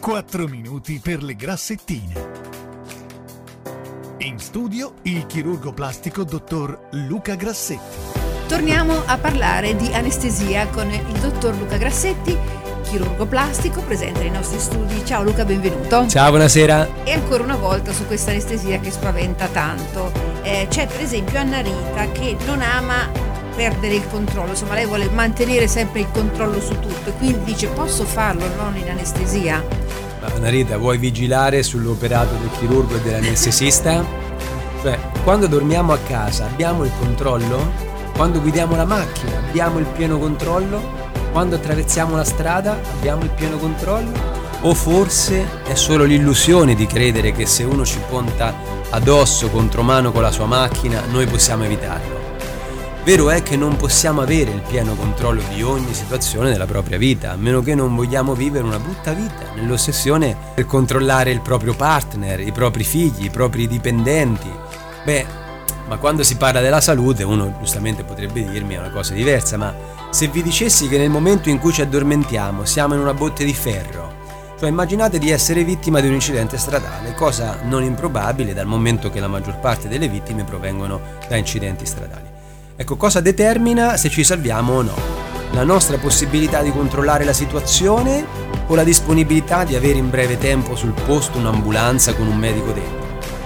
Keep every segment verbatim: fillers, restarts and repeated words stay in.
quattro minuti per le grassettine. In studio il chirurgo plastico dottor Luca Grassetti. Torniamo a parlare di anestesia con il dottor Luca Grassetti, chirurgo plastico presente nei nostri studi. Ciao Luca, benvenuto. Ciao, buonasera. E ancora una volta su questa anestesia che spaventa tanto. Eh, c'è per esempio Anna Rita che non ama perdere il controllo, insomma lei vuole mantenere sempre il controllo su tutto e quindi dice: posso farlo non in anestesia? Ma Anna Rita, vuoi vigilare sull'operato del chirurgo e dell'anestesista? Cioè, quando dormiamo a casa abbiamo il controllo? Quando guidiamo la macchina abbiamo il pieno controllo? Quando attraversiamo la strada abbiamo il pieno controllo? O forse è solo l'illusione di credere che se uno ci punta addosso contro mano con la sua macchina noi possiamo evitarlo? Vero è che non possiamo avere il pieno controllo di ogni situazione della propria vita, a meno che non vogliamo vivere una brutta vita, nell'ossessione per controllare il proprio partner, i propri figli, i propri dipendenti. Beh, ma quando si parla della salute, uno giustamente potrebbe dirmi è una cosa diversa, ma se vi dicessi che nel momento in cui ci addormentiamo siamo in una botte di ferro, cioè immaginate di essere vittima di un incidente stradale, cosa non improbabile dal momento che la maggior parte delle vittime provengono da incidenti stradali. Ecco, cosa determina se ci salviamo o no? La nostra possibilità di controllare la situazione o la disponibilità di avere in breve tempo sul posto un'ambulanza con un medico dentro?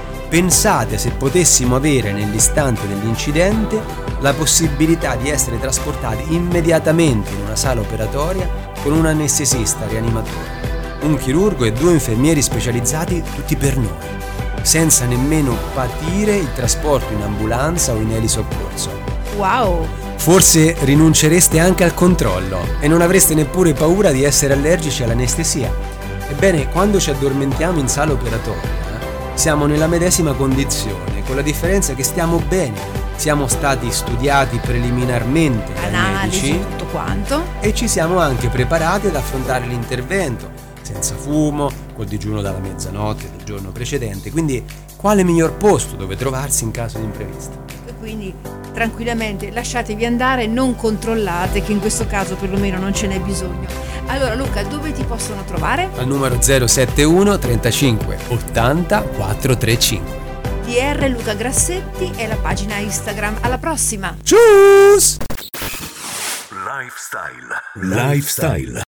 Pensate se potessimo avere nell'istante dell'incidente la possibilità di essere trasportati immediatamente in una sala operatoria con un anestesista rianimatore, un chirurgo e due infermieri specializzati tutti per noi, senza nemmeno patire il trasporto in ambulanza o in elisoccorso. Wow! Forse rinuncereste anche al controllo e non avreste neppure paura di essere allergici all'anestesia. Ebbene, quando ci addormentiamo in sala operatoria siamo nella medesima condizione, con la differenza che stiamo bene, siamo stati studiati preliminarmente dai analisi, medici, tutto quanto, e ci siamo anche preparati ad affrontare l'intervento, senza fumo, col digiuno dalla mezzanotte del giorno precedente. Quindi quale miglior posto dove trovarsi in caso di imprevisto? e quindi tranquillamente lasciatevi andare, non controllate, che in questo caso perlomeno non ce n'è bisogno. Allora Luca, dove ti possono trovare? Al numero zero sette uno trentacinque ottanta quattrocentotrentacinque. D R Luca Grassetti e la pagina Instagram. Alla prossima! Tschüss! Lifestyle. Lifestyle.